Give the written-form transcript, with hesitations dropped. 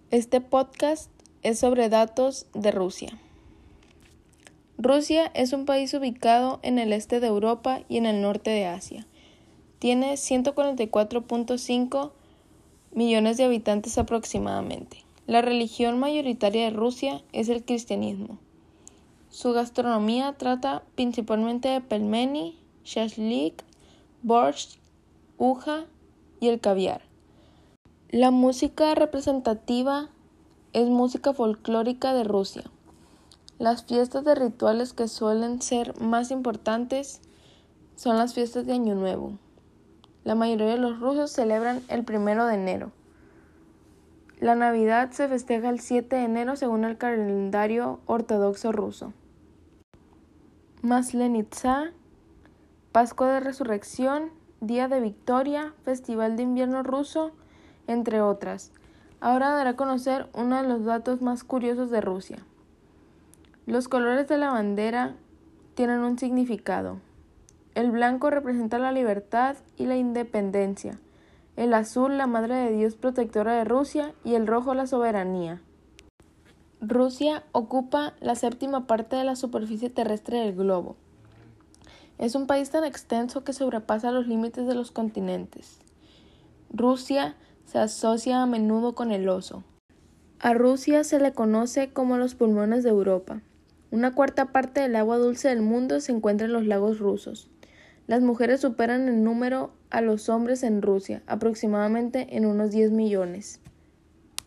Este podcast es sobre datos de Rusia. Rusia es un país ubicado en el este de Europa y en el norte de Asia. Tiene 144.5 millones de habitantes aproximadamente. La religión mayoritaria de Rusia es el cristianismo. Su gastronomía trata principalmente de pelmeni, shashlik, borscht, uja y el caviar. La música representativa es música folclórica de Rusia. Las fiestas de rituales que suelen ser más importantes son las fiestas de Año Nuevo. La mayoría de los rusos celebran el 1 de enero. La Navidad se festeja el 7 de enero según el calendario ortodoxo ruso. Maslenitsa, Pascua de Resurrección, Día de Victoria, Festival de Invierno Ruso, entre otras. Ahora daré a conocer uno de los datos más curiosos de Rusia. Los colores de la bandera tienen un significado. El blanco representa la libertad y la independencia, el azul la Madre de Dios protectora de Rusia y el rojo la soberanía. Rusia ocupa la 7ª parte de la superficie terrestre del globo. Es un país tan extenso que sobrepasa los límites de los continentes. Rusia se asocia a menudo con el oso. A Rusia se le conoce como los pulmones de Europa. Una 1/4 parte del agua dulce del mundo se encuentra en los lagos rusos. Las mujeres superan en número a los hombres en Rusia, aproximadamente en unos 10 millones.